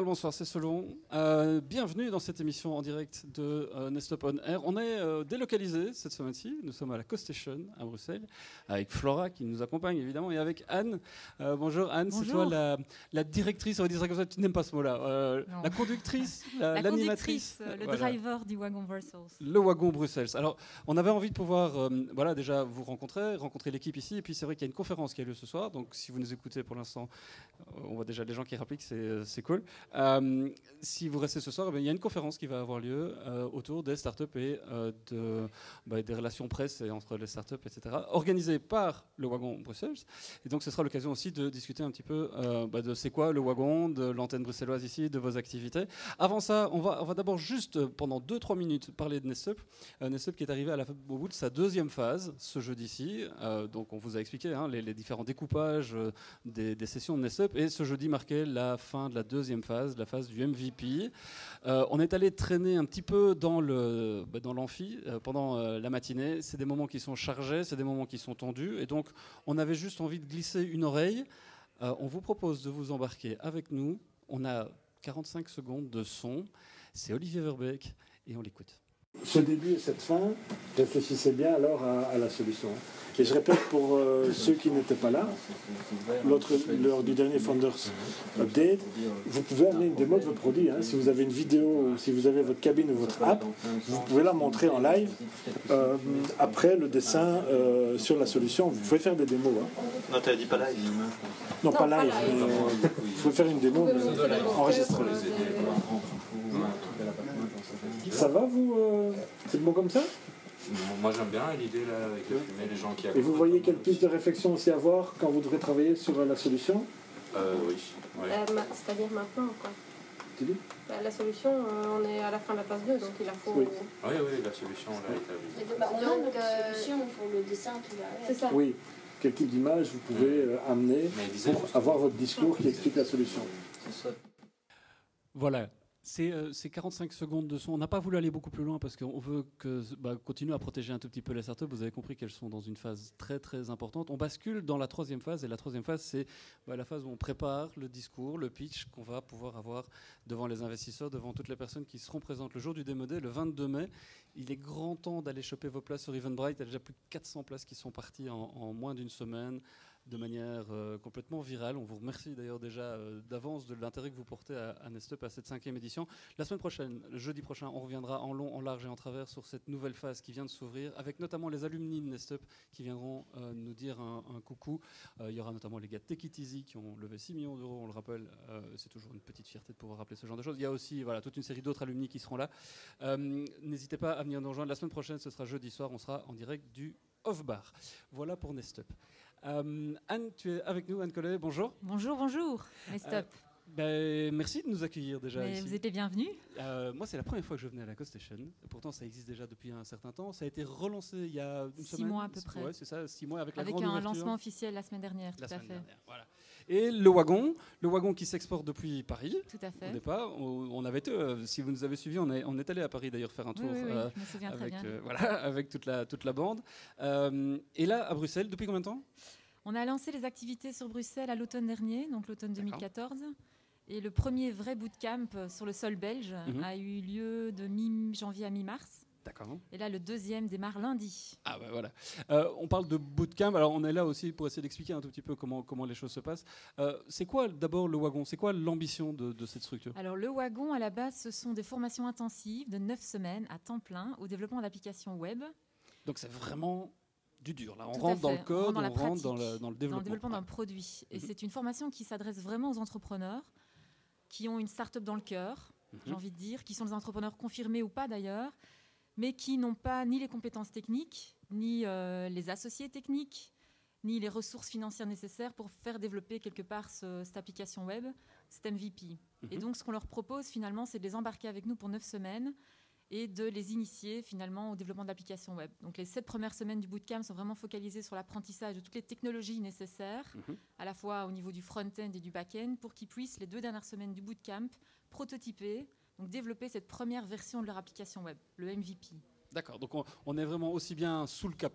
bonsoir, c'est Solon. Bienvenue dans cette émission en direct de Nest Up On Air. On est délocalisé cette semaine-ci. Nous sommes à la Co-Station à Bruxelles, avec Flora qui nous accompagne évidemment, et avec Anne. Bonjour Anne, Bonjour. c'est toi la directrice, on va dire ça comme ça, tu n'aimes pas ce mot-là. La conductrice, l'animatrice. Le driver du wagon Brussels. Le wagon Bruxelles. Alors, on avait envie de pouvoir déjà vous rencontrer l'équipe ici. Et puis, c'est vrai qu'il y a une conférence qui a lieu ce soir. Donc, si vous nous écoutez pour l'instant, on voit déjà des gens qui rappliquent, c'est cool. Si vous restez ce soir, il y a une conférence qui va avoir lieu autour des startups et des relations presse et entre les startups, etc., organisée par le wagon Bruxelles. Et donc, ce sera l'occasion aussi de discuter un petit peu de c'est quoi le wagon, de l'antenne bruxelloise ici, de vos activités. Avant ça, on va d'abord juste pendant 2-3 minutes parler de Nest Up. Nest Up qui est arrivé au bout de sa deuxième phase ce jeudi-ci. Donc, on vous a expliqué les différents découpages des sessions de Nest Up. Et ce jeudi marquait la fin de la deuxième phase, la phase du MVP. On est allé traîner un petit peu dans l'amphi pendant la matinée. C'est des moments qui sont chargés, c'est des moments qui sont tendus. Et donc, on avait juste envie de glisser une oreille. On vous propose de vous embarquer avec nous. On a 45 secondes de son. C'est Olivier Verbeek et on l'écoute. Ce début et cette fin, réfléchissez bien alors à la solution. Et je répète pour ceux qui n'étaient pas là, lors du dernier Founders Update, vous pouvez amener une démo de votre produit. Si vous avez une vidéo, si vous avez votre cabine ou votre app, vous pouvez la montrer en live après le dessin sur la solution. Vous pouvez faire des démos. Non, tu n'as dit pas live. Non, pas live. Vous pouvez faire une démo enregistrée. Ça va, vous c'est bon comme ça? Moi j'aime bien l'idée là avec le fumet, les gens qui Et vous voyez quelle piste de réflexion aussi avoir quand vous devrez travailler sur la solution? Oui. C'est-à-dire maintenant, quoi. Tu dis La solution, on est à la fin de la phase 2, donc il la faut... Oui, la solution là est établie. Donc, solution pour le dessin qui va avec. C'est ça. Oui. Quel type d'image vous pouvez amener pour avoir votre discours qui explique la solution? Voilà. C'est 45 secondes de son. On n'a pas voulu aller beaucoup plus loin parce qu'on veut continuer à protéger un tout petit peu les startups. Vous avez compris qu'elles sont dans une phase très très importante. On bascule dans la troisième phase et la troisième phase, c'est la phase où on prépare le discours, le pitch qu'on va pouvoir avoir devant les investisseurs, devant toutes les personnes qui seront présentes le jour du Démo Day, le 22 mai. Il est grand temps d'aller choper vos places sur Eventbrite. Il y a déjà plus de 400 places qui sont parties en moins d'une semaine, de manière complètement virale. On vous remercie d'ailleurs déjà d'avance de l'intérêt que vous portez à Nest Up, à cette 5e édition. La semaine prochaine, jeudi prochain, on reviendra en long, en large et en travers sur cette nouvelle phase qui vient de s'ouvrir, avec notamment les alumni de Nest Up qui viendront nous dire un coucou. Il y aura notamment les gars de Take It Easy qui ont levé 6 millions d'euros, on le rappelle. C'est toujours une petite fierté de pouvoir rappeler ce genre de choses. Il y a aussi toute une série d'autres alumni qui seront là. N'hésitez pas à venir nous rejoindre. La semaine prochaine, ce sera jeudi soir, on sera en direct du Off-Bar. Voilà pour Nest Up. Anne, tu es avec nous, Anne Collet, bonjour. Bonjour, Nest Up. Merci de nous accueillir déjà ici. Vous êtes les bienvenus. Moi, c'est la première fois que je venais à la Co-Station. Pourtant, ça existe déjà depuis un certain temps. Ça a été relancé il y a une semaine. 6 mois à peu près. Ouais, c'est ça, 6 mois avec la grande ouverture. Avec un lancement officiel la semaine dernière, tout à fait. Voilà. Et le wagon qui s'exporte depuis Paris. Tout à fait. Au départ, on avait été, si vous nous avez suivis, on est allé à Paris d'ailleurs faire un tour. Oui, je me souviens très bien. Avec toute la bande. Et là, à Bruxelles, depuis combien de temps ? On a lancé les activités sur Bruxelles à l'automne dernier, donc l'automne 2014. Et le premier vrai bootcamp sur le sol belge a eu lieu de mi-janvier à mi-mars. D'accord. Et là, le deuxième démarre lundi. Ah ben voilà. On parle de bootcamp. Alors, on est là aussi pour essayer d'expliquer un tout petit peu comment les choses se passent. C'est quoi d'abord le wagon ? C'est quoi l'ambition de cette structure ? Alors, le wagon, à la base, ce sont des formations intensives de 9 semaines à temps plein au développement d'applications web. Donc, c'est vraiment du dur. Là, on Tout rentre dans le code, on rentre dans le développement. D'un produit. Et c'est une formation qui s'adresse vraiment aux entrepreneurs qui ont une start-up dans le cœur, j'ai envie de dire, qui sont des entrepreneurs confirmés ou pas d'ailleurs, mais qui n'ont pas ni les compétences techniques, ni les associés techniques, ni les ressources financières nécessaires pour faire développer quelque part cette application web, cet MVP. Et donc, ce qu'on leur propose finalement, c'est de les embarquer avec nous pour 9 semaines et de les initier finalement au développement d'applications web. Donc les 7 premières semaines du bootcamp sont vraiment focalisées sur l'apprentissage de toutes les technologies nécessaires, à la fois au niveau du front-end et du back-end, pour qu'ils puissent, les 2 dernières semaines du bootcamp, prototyper, donc développer cette première version de leur application web, le MVP. D'accord, donc on est vraiment aussi bien sous le capot,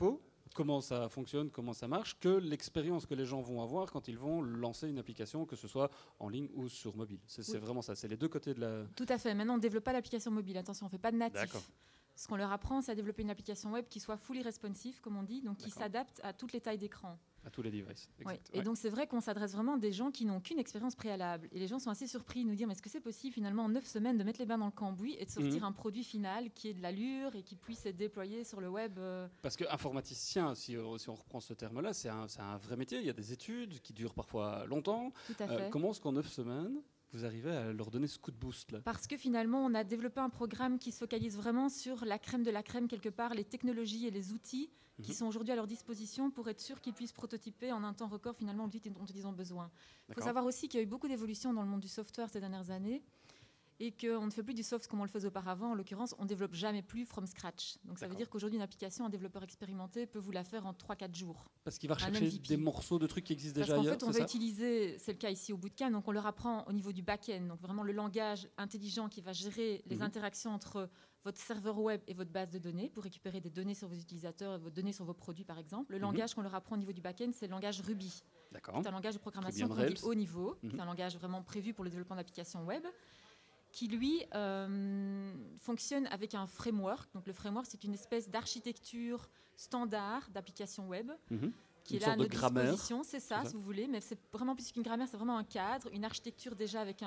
comment ça fonctionne, comment ça marche, que l'expérience que les gens vont avoir quand ils vont lancer une application, que ce soit en ligne ou sur mobile. C'est vraiment ça, c'est les deux côtés de la... Tout à fait. Maintenant, on ne développe pas l'application mobile. Attention, on ne fait pas de natif. D'accord. Ce qu'on leur apprend, c'est à développer une application web qui soit fully responsive, comme on dit, donc qui s'adapte à toutes les tailles d'écran. À tous les devices. Exact. Et donc, c'est vrai qu'on s'adresse vraiment à des gens qui n'ont qu'une expérience préalable. Et les gens sont assez surpris de nous dire, mais est-ce que c'est possible, finalement, en 9 semaines, de mettre les mains dans le cambouis et de sortir un produit final qui ait de l'allure et qui puisse être déployé sur le web Parce qu'informaticien, si on reprend ce terme-là, c'est un vrai métier. Il y a des études qui durent parfois longtemps. Tout à fait. Comment est-ce qu'en 9 semaines, vous arrivez à leur donner ce coup de boost là? Parce que finalement, on a développé un programme qui se focalise vraiment sur la crème de la crème, quelque part, les technologies et les outils qui sont aujourd'hui à leur disposition pour être sûr qu'ils puissent prototyper en un temps record finalement l'outil dont ils ont besoin. Il faut savoir aussi qu'il y a eu beaucoup d'évolutions dans le monde du software ces dernières années et qu'on ne fait plus du soft comme on le faisait auparavant. En l'occurrence, on ne développe jamais plus from scratch. Donc ça veut dire qu'aujourd'hui, une application, un développeur expérimenté peut vous la faire en 3-4 jours. Parce qu'il va rechercher des morceaux de trucs qui existent déjà ailleurs. Parce qu'en fait, on va utiliser, c'est le cas ici au bootcamp, donc on leur apprend au niveau du back-end, donc vraiment le langage intelligent qui va gérer les interactions entre votre serveur web et votre base de données pour récupérer des données sur vos utilisateurs et vos données sur vos produits, par exemple. Le langage qu'on leur apprend au niveau du back-end, c'est le langage Ruby. C'est un langage de programmation qu'on dit haut niveau, c'est un langage vraiment prévu pour le développement d'applications web, qui, lui, fonctionne avec un framework. Donc, le framework, c'est une espèce d'architecture standard d'application web qui est là à notre disposition. C'est ça, si vous voulez, mais c'est vraiment plus qu'une grammaire, c'est vraiment un cadre, une architecture déjà avec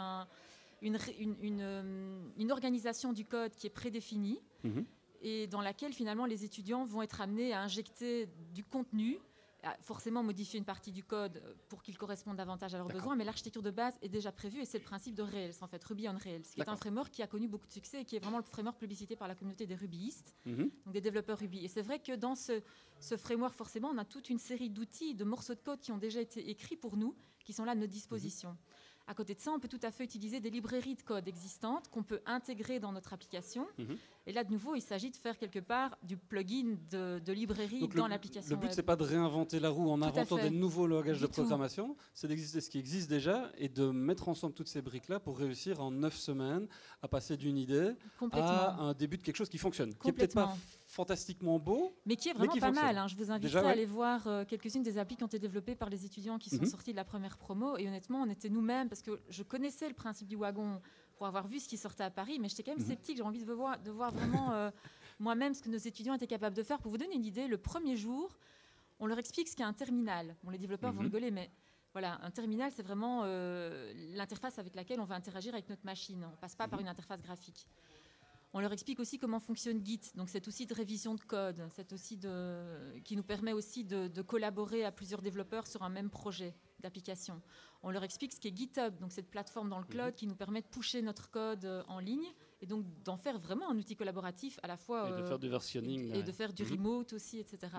une organisation du code qui est prédéfinie et dans laquelle, finalement, les étudiants vont être amenés à injecter du contenu, à forcément modifier une partie du code pour qu'il corresponde davantage à leurs besoins, mais l'architecture de base est déjà prévue et c'est le principe de Rails, en fait, Ruby on Rails, qui est un framework qui a connu beaucoup de succès et qui est vraiment le framework publicité par la communauté des Rubyistes, donc des développeurs Ruby. Et c'est vrai que dans ce framework, forcément, on a toute une série d'outils, de morceaux de code qui ont déjà été écrits pour nous, qui sont là à notre disposition. À côté de ça, on peut tout à fait utiliser des librairies de code existantes qu'on peut intégrer dans notre application. Et là, de nouveau, il s'agit de faire quelque part du plugin de librairie dans l'application web. Le but, web. c'est pas de réinventer la roue en inventant des nouveaux langages de programmation, c'est d'exister ce qui existe déjà et de mettre ensemble toutes ces briques-là pour réussir en 9 semaines à passer d'une idée à un début de quelque chose qui fonctionne, qui est peut-être pas fantastiquement beau, mais qui est vraiment pas mal. Hein. Je vous invite à aller voir quelques-unes des applis qui ont été développées par les étudiants qui sont sortis de la première promo. Et honnêtement, on était nous-mêmes, parce que je connaissais le principe du wagon pour avoir vu ce qui sortait à Paris, mais j'étais quand même sceptique. J'ai envie de voir vraiment moi-même ce que nos étudiants étaient capables de faire. Pour vous donner une idée, le premier jour, on leur explique ce qu'est un terminal. Bon, les développeurs vont rigoler, mais voilà, un terminal, c'est vraiment l'interface avec laquelle on va interagir avec notre machine. On ne passe pas par une interface graphique. On leur explique aussi comment fonctionne Git. Donc, cet outil de révision de code, cet outil qui nous permet aussi de collaborer à plusieurs développeurs sur un même projet d'application. On leur explique ce qu'est GitHub, donc cette plateforme dans le cloud qui nous permet de pusher notre code en ligne et donc d'en faire vraiment un outil collaboratif à la fois. Et de faire du versionning. Et de faire du remote aussi, etc.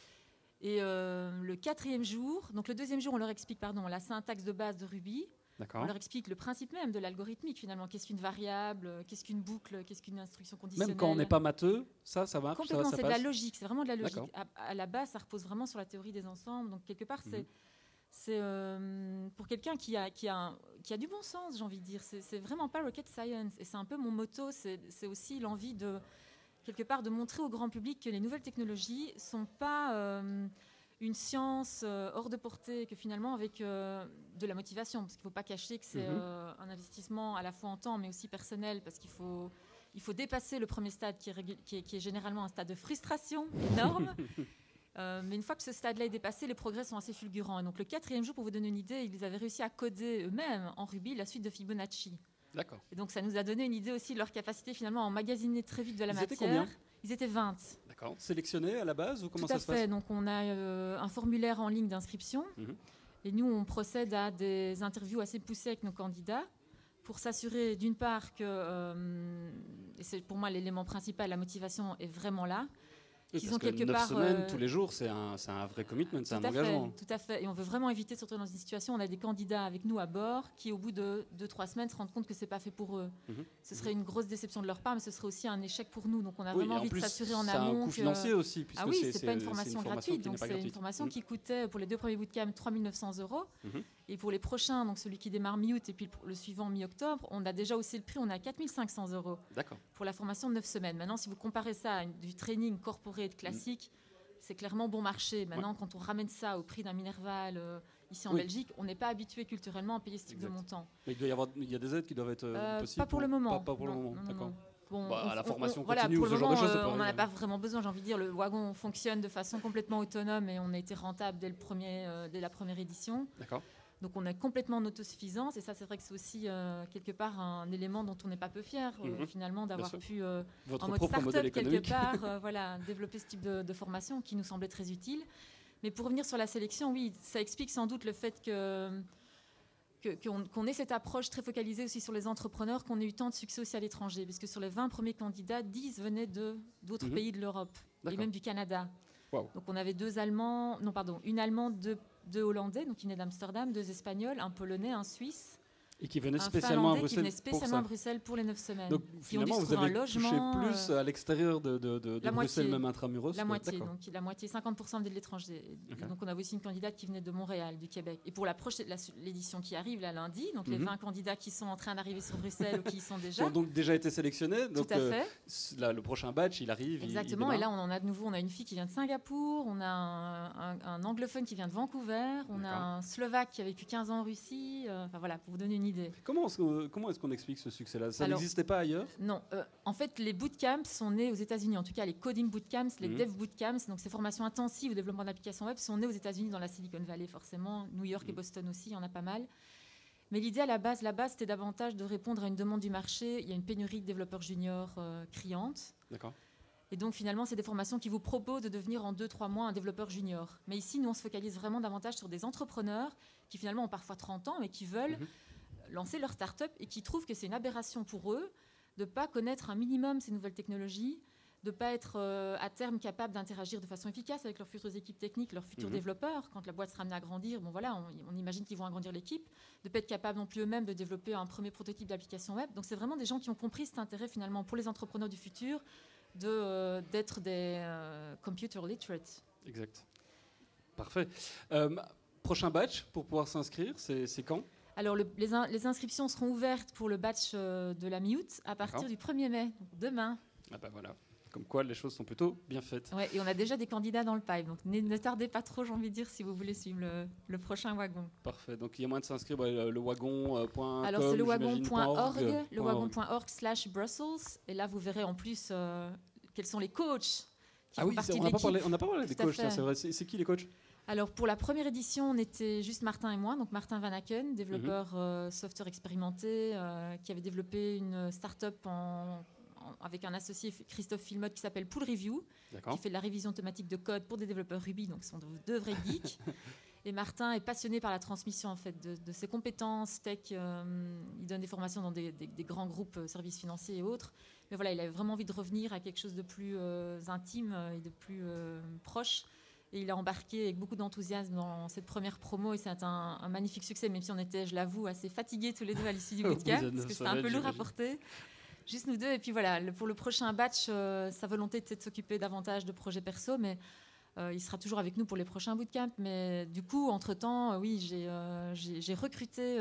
Et le quatrième jour, donc le deuxième jour, on leur explique la syntaxe de base de Ruby. On leur explique le principe même de l'algorithmique finalement. Qu'est-ce qu'une variable, qu'est-ce qu'une boucle, qu'est-ce qu'une instruction conditionnelle. Même quand on n'est pas matheux, ça marche. Complètement, ça c'est passe. de la logique, c'est vraiment de la logique. À la base, ça repose vraiment sur la théorie des ensembles. Donc quelque part, c'est pour quelqu'un qui a du bon sens, j'ai envie de dire. C'est vraiment pas rocket science. Et c'est un peu mon motto, c'est aussi l'envie de, quelque part, de montrer au grand public que les nouvelles technologies sont pas... une science hors de portée, que finalement avec de la motivation, parce qu'il ne faut pas cacher que c'est un investissement à la fois en temps mais aussi personnel, parce qu'il faut dépasser le premier stade qui est généralement un stade de frustration énorme. Mais une fois que ce stade-là est dépassé, les progrès sont assez fulgurants. Et donc le quatrième jour, pour vous donner une idée, ils avaient réussi à coder eux-mêmes en Ruby la suite de Fibonacci. D'accord. Et donc ça nous a donné une idée aussi de leur capacité finalement à emmagasiner très vite de la matière. Étaient combien ? Ils étaient 20. D'accord. Sélectionnés à la base ou comment ça se passe ? Tout à fait. Donc on a un formulaire en ligne d'inscription et nous on procède à des interviews assez poussées avec nos candidats pour s'assurer d'une part que, et c'est pour moi l'élément principal, la motivation est vraiment là. Qu'ils ont quelque 9 semaines tous les jours, c'est un vrai commitment, c'est un engagement. Tout à fait. Et on veut vraiment éviter de se retrouver dans une situation où on a des candidats avec nous à bord qui, au bout de 2-3 semaines, se rendent compte que c'est pas fait pour eux. Ce serait une grosse déception de leur part, mais ce serait aussi un échec pour nous. Donc on a vraiment envie de s'assurer en amont. C'est un coût financier aussi, puisque c'est pas une formation gratuite. Donc c'est une formation qui coûtait pour les 2 premiers bootcamps 3 900 €. Et pour les prochains, donc celui qui démarre mi-août et puis le suivant mi-octobre, on a déjà haussé le prix, on est à 4 500 € pour la formation de 9 semaines. Maintenant, si vous comparez ça à du training corporate classique, c'est clairement bon marché. Maintenant, quand on ramène ça au prix d'un Minerval ici en Belgique, on n'est pas habitué culturellement à payer ce type de montant. Mais il y a des aides qui doivent être possibles. Pas pour le moment. Pas pour le moment, d'accord. Bon, la formation voilà, continue pour ou le ce genre de moment, choses, ça on n'en peut a pas vraiment besoin. J'ai envie de dire, le wagon fonctionne de façon complètement autonome et on a été rentable dès la première édition. D'accord. Donc on est complètement en autosuffisance et ça, c'est vrai que c'est aussi quelque part un élément dont on n'est pas peu fier finalement d'avoir pu Votre en mode propre modèle start-up quelque économique. part développer ce type de formation qui nous semblait très utile. Mais pour revenir sur la sélection, oui, ça explique sans doute le fait qu'on ait cette approche très focalisée aussi sur les entrepreneurs, qu'on ait eu tant de succès aussi à l'étranger, puisque sur les 20 premiers candidats, 10 venaient d'autres pays de l'Europe et même du Canada. Wow. Donc on avait une Allemande, deux Hollandais, donc qui venaient d'Amsterdam, 2 Espagnols, un Polonais, un Suisse. Et qui venait un spécialement à Finlandais Bruxelles. Qui venait spécialement à Bruxelles pour les 9 semaines. Donc finalement, vous avez touché plus à l'extérieur de Bruxelles, moitié, même intramuros. La moitié, donc la moitié, 50% de l'étranger. Okay. Donc on avait aussi une candidate qui venait de Montréal, du Québec. Et pour l'édition qui arrive là lundi, donc les 20 candidats qui sont en train d'arriver sur Bruxelles ou qui y sont déjà. Qui ont donc déjà été sélectionnés. Donc, tout à fait. Le prochain batch, il arrive. Exactement. Et là, on en a de nouveau. On a une fille qui vient de Singapour, on a un anglophone qui vient de Vancouver, on a un Slovaque qui a vécu 15 ans en Russie. Enfin voilà, pour vous donner une idée. Comment est-ce qu'on explique ce succès-là ? Ça n'existait pas ailleurs ? Non. En fait, les bootcamps sont nés aux États-Unis. En tout cas, les coding bootcamps, les dev bootcamps, donc ces formations intensives au développement d'applications web, sont nées aux États-Unis, dans la Silicon Valley forcément. New York et Boston aussi, il y en a pas mal. Mais l'idée à la base, c'était davantage de répondre à une demande du marché. Il y a une pénurie de développeurs juniors criante. D'accord. Et donc finalement, c'est des formations qui vous proposent de devenir en 2-3 mois un développeur junior. Mais ici, nous, on se focalise vraiment davantage sur des entrepreneurs qui finalement ont parfois 30 ans, mais qui veulent lancer leur start-up et qui trouvent que c'est une aberration pour eux de ne pas connaître un minimum ces nouvelles technologies, de ne pas être à terme capable d'interagir de façon efficace avec leurs futures équipes techniques, leurs futurs développeurs. Quand la boîte sera amenée à grandir, on imagine qu'ils vont agrandir l'équipe, de ne pas être capable non plus eux-mêmes de développer un premier prototype d'application web. Donc c'est vraiment des gens qui ont compris cet intérêt finalement pour les entrepreneurs du futur d'être des computer literate. Exact. Parfait. Prochain batch pour pouvoir s'inscrire, c'est quand ? Alors, les inscriptions seront ouvertes pour le batch de la mi-août à partir du 1er mai, donc demain. Ah bah voilà, comme quoi les choses sont plutôt bien faites. Ouais, et on a déjà des candidats dans le pipe, donc ne tardez pas trop, j'ai envie de dire, si vous voulez suivre le prochain wagon. Parfait, donc il y a moyen de s'inscrire, le wagon.com. Alors c'est le wagon.org/Brussels, et là vous verrez en plus quels sont les coachs qui font partie de l'équipe. On n'a pas parlé des coachs, c'est vrai. C'est qui les coachs ? Alors pour la première édition, on était juste Martin et moi, donc Martin Van Aken, développeur software expérimenté, qui avait développé une start-up avec un associé, Christophe Filmotte, qui s'appelle Pool Review, qui fait de la révision automatique de code pour des développeurs Ruby, donc ce sont deux vrais geeks. Et Martin est passionné par la transmission en fait, de ses compétences tech. Il donne des formations dans des grands groupes services financiers et autres. Mais voilà, il avait vraiment envie de revenir à quelque chose de plus intime et de plus proche. Et il a embarqué avec beaucoup d'enthousiasme dans cette première promo et c'est un magnifique succès, même si on était, je l'avoue, assez fatigués tous les deux à l'issue du bootcamp, parce que c'était un peu lourd à porter. Juste nous deux. Et puis voilà, pour le prochain batch, sa volonté était de s'occuper davantage de projets perso, mais il sera toujours avec nous pour les prochains bootcamps. Mais du coup, entre-temps, oui, j'ai recruté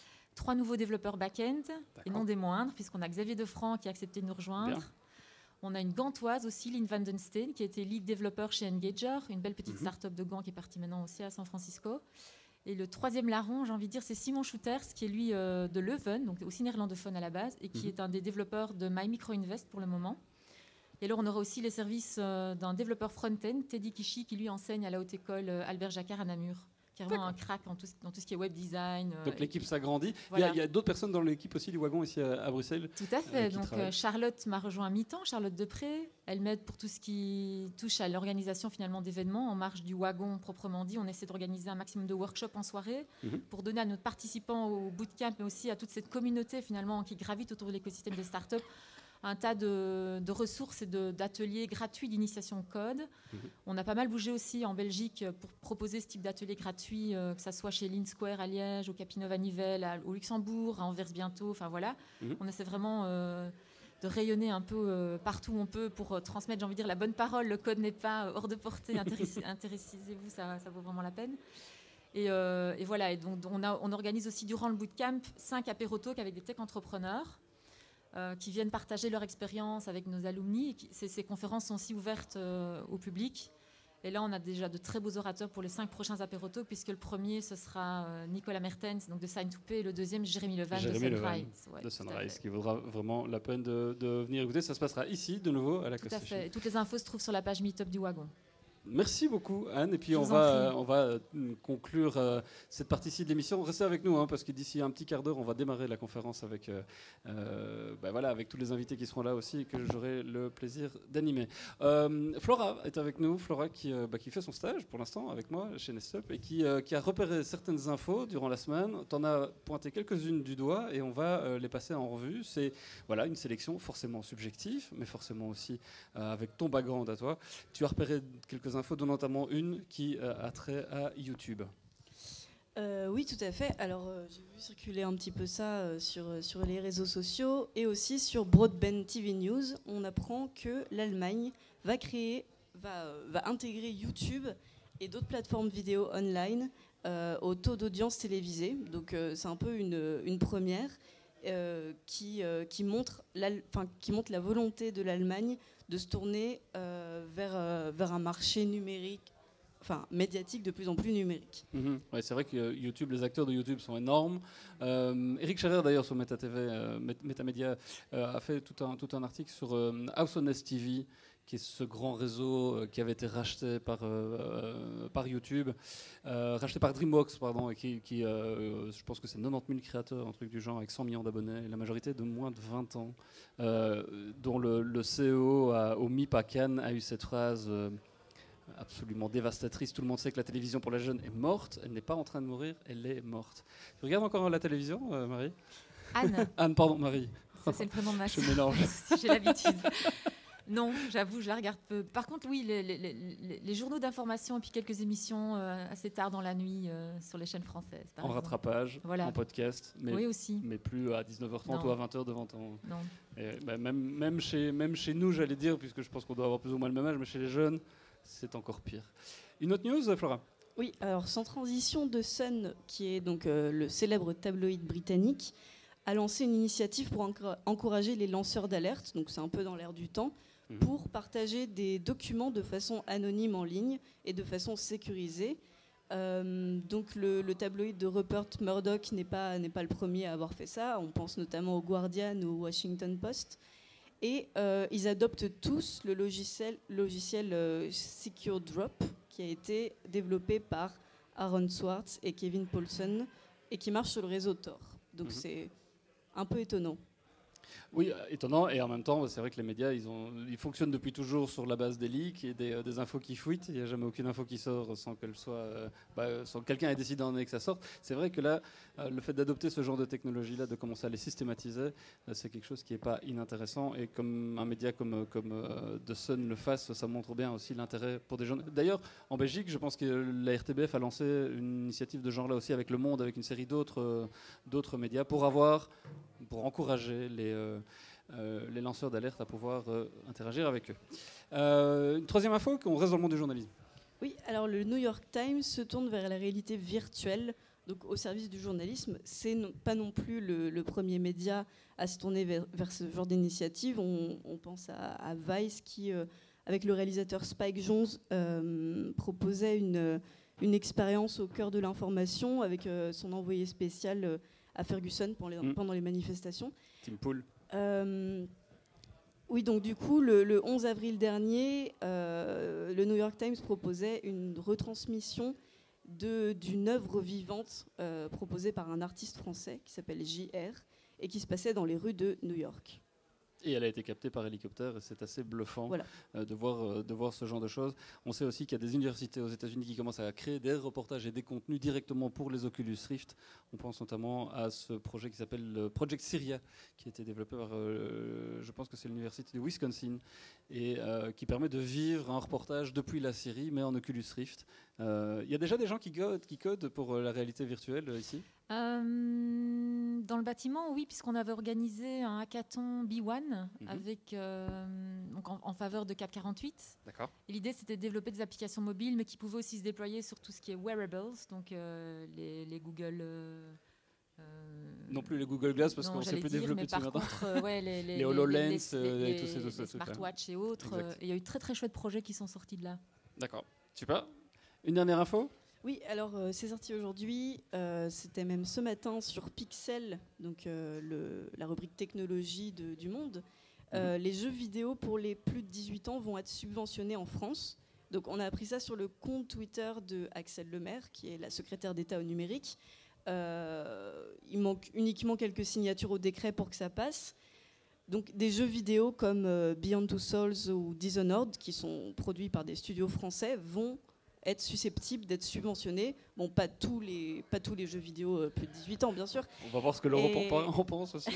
3 nouveaux développeurs back-end, et non des moindres, puisqu'on a Xavier Defranc qui a accepté de nous rejoindre. Bien. On a une gantoise aussi, Lynn Vandenstein, qui a été lead développeur chez Engager, une belle petite start-up de Gand qui est partie maintenant aussi à San Francisco. Et le 3e larron, j'ai envie de dire, c'est Simon Schouters, qui est lui de Leuven, donc aussi néerlandophone à la base, et qui est un des développeurs de MyMicroInvest pour le moment. Et alors, on aura aussi les services d'un développeur front-end, Teddy Kishi, qui lui enseigne à la haute école Albert Jacquard à Namur. Qui est vraiment un crack dans tout ce qui est web design. Donc l'équipe s'agrandit. Voilà. Il y a d'autres personnes dans l'équipe aussi du wagon ici à Bruxelles. Tout à fait. Donc Charlotte m'a rejoint à mi-temps, Charlotte Depré. Elle m'aide pour tout ce qui touche à l'organisation finalement d'événements en marge du wagon proprement dit. On essaie d'organiser un maximum de workshops en soirée pour donner à nos participants au bootcamp, mais aussi à toute cette communauté finalement qui gravite autour de l'écosystème des startups, un tas de ressources et d'ateliers gratuits d'initiation au code. On a pas mal bougé aussi en Belgique pour proposer ce type d'ateliers gratuits, que ça soit chez Lean Square à Liège, au Capinov à Nivelles, au Luxembourg, à Anvers bientôt. Enfin voilà, on essaie vraiment de rayonner un peu partout où on peut pour transmettre, j'ai envie de dire, la bonne parole. Le code n'est pas hors de portée. Intéressez-vous, ça vaut vraiment la peine. Et voilà. Et donc on organise aussi durant le bootcamp 5 apéro-talks avec des tech entrepreneurs. Qui viennent partager leur expérience avec nos alumni. Ces conférences sont aussi ouvertes au public. Et là, on a déjà de très beaux orateurs pour les 5 prochains apérotalks, puisque le premier, ce sera Nicolas Mertens, donc de Sign to Pay, et le deuxième, Jérémy Levan de Sunrise. De Sunrise, qui vaudra vraiment la peine de venir écouter. Ça se passera ici, de nouveau, à la Coste. Tout à fait. Et toutes les infos se trouvent sur la page Meetup du Wagon. Merci beaucoup, Anne. Et puis on va conclure cette partie-ci de l'émission. Restez avec nous, parce que d'ici un petit quart d'heure, on va démarrer la conférence avec, avec tous les invités qui seront là aussi et que j'aurai le plaisir d'animer. Flora est avec nous. Flora qui fait son stage pour l'instant avec moi chez Nestup et qui a repéré certaines infos durant la semaine. Tu en as pointé quelques-unes du doigt et on va les passer en revue. C'est une sélection forcément subjective, mais forcément aussi avec ton background à toi. Tu as repéré quelques infos, dont notamment une qui a trait à YouTube. Oui, tout à fait. Alors, j'ai vu circuler un petit peu ça sur les réseaux sociaux et aussi sur Broadband TV News. On apprend que l'Allemagne va intégrer YouTube et d'autres plateformes vidéo online au taux d'audience télévisée. Donc, c'est un peu une première qui montre la volonté de l'Allemagne de se tourner vers un marché numérique, médiatique de plus en plus numérique. Ouais, c'est vrai que YouTube, les acteurs de YouTube sont énormes. Eric Scherer, d'ailleurs, sur Metamedia, a fait tout un article sur House on Nest TV, qui est ce grand réseau qui avait été racheté par YouTube, racheté par DreamWorks, pardon, et qui je pense que c'est 90 000 créateurs, un truc du genre, avec 100 millions d'abonnés, et la majorité de moins de 20 ans, dont le CEO au MIP à Cannes a eu cette phrase absolument dévastatrice. Tout le monde sait que la télévision pour les jeunes est morte, elle n'est pas en train de mourir, elle est morte. Tu regardes encore la télévision, Marie ? Anne, pardon, Marie. Ça, c'est le prénom de ma Je mélange. J'ai l'habitude. Non, j'avoue, je la regarde peu. Par contre, oui, les journaux d'information et puis quelques émissions assez tard dans la nuit sur les chaînes françaises. En rattrapage, en podcast, oui, aussi. Mais plus à 19h30 ou à 20h devant ton... Non. Et, même chez nous, j'allais dire, puisque je pense qu'on doit avoir plus ou moins le même âge, mais chez les jeunes, c'est encore pire. Une autre news, Flora ? Oui, alors sans transition, The Sun, qui est donc le célèbre tabloïd britannique, a lancé une initiative pour encourager les lanceurs d'alerte, donc c'est un peu dans l'air du temps, pour partager des documents de façon anonyme en ligne et de façon sécurisée. Donc le tabloïd de Rupert Murdoch n'est pas le premier à avoir fait ça. On pense notamment au Guardian ou au Washington Post. Et ils adoptent tous le logiciel Secure Drop, qui a été développé par Aaron Swartz et Kevin Paulson et qui marche sur le réseau Tor. Donc c'est un peu étonnant. Oui, étonnant, et en même temps, c'est vrai que les médias, ils fonctionnent depuis toujours sur la base des leaks et des infos qui fuitent. Il n'y a jamais aucune info qui sort sans qu'elle soit, sans que quelqu'un ait décidé d'en que ça sorte. C'est vrai que là, le fait d'adopter ce genre de technologie-là, de commencer à les systématiser, c'est quelque chose qui n'est pas inintéressant. Et comme un média comme The Sun le fasse, ça montre bien aussi l'intérêt pour des jeunes. D'ailleurs, en Belgique, je pense que la RTBF a lancé une initiative de genre là aussi avec Le Monde, avec une série d'autres médias pour encourager les lanceurs d'alerte à pouvoir interagir avec eux. Une troisième info, qu'on reste dans le monde du journalisme. Oui, alors le New York Times se tourne vers la réalité virtuelle, donc au service du journalisme. C'est pas non plus le premier média à se tourner vers ce genre d'initiative. On pense à Vice qui, avec le réalisateur Spike Jonze, proposait une expérience au cœur de l'information avec son envoyé spécial à Ferguson pendant les manifestations. Tim Pool. Oui, donc du coup, le 11 avril dernier, le New York Times proposait une retransmission d'une œuvre vivante proposée par un artiste français qui s'appelle JR et qui se passait dans les rues de New York. Et elle a été captée par hélicoptère et c'est assez bluffant de voir ce genre de choses. On sait aussi qu'il y a des universités aux États-Unis qui commencent à créer des reportages et des contenus directement pour les Oculus Rift. On pense notamment à ce projet qui s'appelle Project Syria, qui a été développé par, je pense que c'est l'université de Wisconsin, et qui permet de vivre un reportage depuis la Syrie, mais en Oculus Rift. Il y a déjà des gens qui codent pour la réalité virtuelle ici ? Dans le bâtiment, oui, puisqu'on avait organisé un hackathon B1 avec, donc en faveur de Cap 48. D'accord. Et l'idée, c'était de développer des applications mobiles, mais qui pouvaient aussi se déployer sur tout ce qui est wearables, donc les Google... non plus les Google Glass, parce qu'on ne sait plus développer dessus maintenant. Les HoloLens et tous ces smartwatches et autres. Et il y a eu très très chouettes projets qui sont sortis de là. D'accord, super. Une dernière info ? Oui, alors c'est sorti aujourd'hui, c'était même ce matin sur Pixel, donc la rubrique technologie du Monde. Les jeux vidéo pour les plus de 18 ans vont être subventionnés en France. Donc on a appris ça sur le compte Twitter de Axel Lemaire, qui est la secrétaire d'État au numérique. Il manque uniquement quelques signatures au décret pour que ça passe. Donc des jeux vidéo comme Beyond Two Souls ou Dishonored, qui sont produits par des studios français, vont être susceptibles d'être subventionnés. Bon, pas tous les jeux vidéo plus de 18 ans, bien sûr. On va voir ce que l'Europe en pense aussi.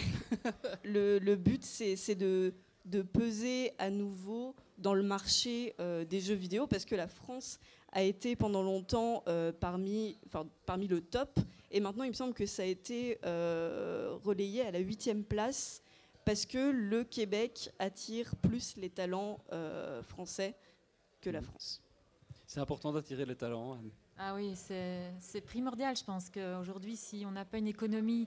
Le but, c'est de peser à nouveau dans le marché des jeux vidéo, parce que la France a été pendant longtemps parmi le top, et maintenant il me semble que ça a été relayé à la 8e place, parce que le Québec attire plus les talents français que la France. C'est important d'attirer les talents. Ah oui, c'est primordial, je pense qu'aujourd'hui, si on n'a pas une économie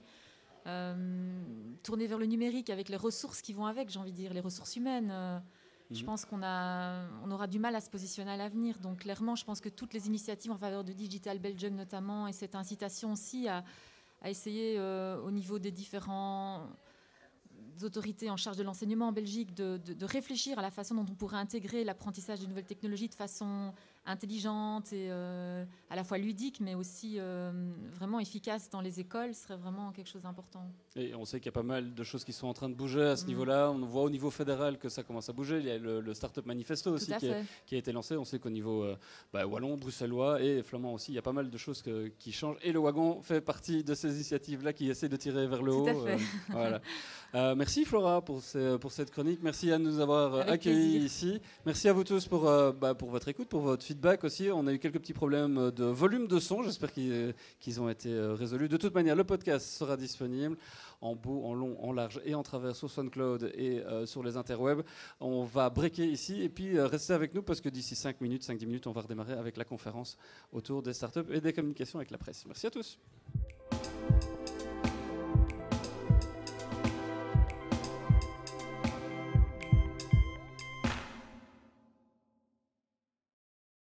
tournée vers le numérique, avec les ressources qui vont avec, j'ai envie de dire, les ressources humaines, je pense qu'on aura du mal à se positionner à l'avenir. Donc clairement, je pense que toutes les initiatives en faveur de Digital Belgium notamment, et cette incitation aussi à essayer au niveau des différents autorités en charge de l'enseignement en Belgique de réfléchir à la façon dont on pourrait intégrer l'apprentissage de nouvelles technologies de façon intelligente et à la fois ludique, mais aussi vraiment efficace dans les écoles, serait vraiment quelque chose d'important. Et on sait qu'il y a pas mal de choses qui sont en train de bouger à ce niveau-là. On voit au niveau fédéral que ça commence à bouger. Il y a le Startup Manifesto aussi qui a été lancé. On sait qu'au niveau wallon, bruxellois et flamand aussi, il y a pas mal de choses qui changent. Et le wagon fait partie de ces initiatives-là qui essaient de tirer vers le haut. Tout à fait. Voilà. Merci Flora pour cette chronique. Merci à nous avoir accueillis ici. Merci à vous tous pour votre écoute, pour votre feedback aussi. On a eu quelques petits problèmes de volume de son. J'espère qu'ils ont été résolus. De toute manière, le podcast sera disponible en beau, en long, en large et en travers sur SoundCloud et sur les interwebs. On va breaker ici et puis restez avec nous parce que d'ici 5-10 minutes, on va redémarrer avec la conférence autour des startups et des communications avec la presse. Merci à tous.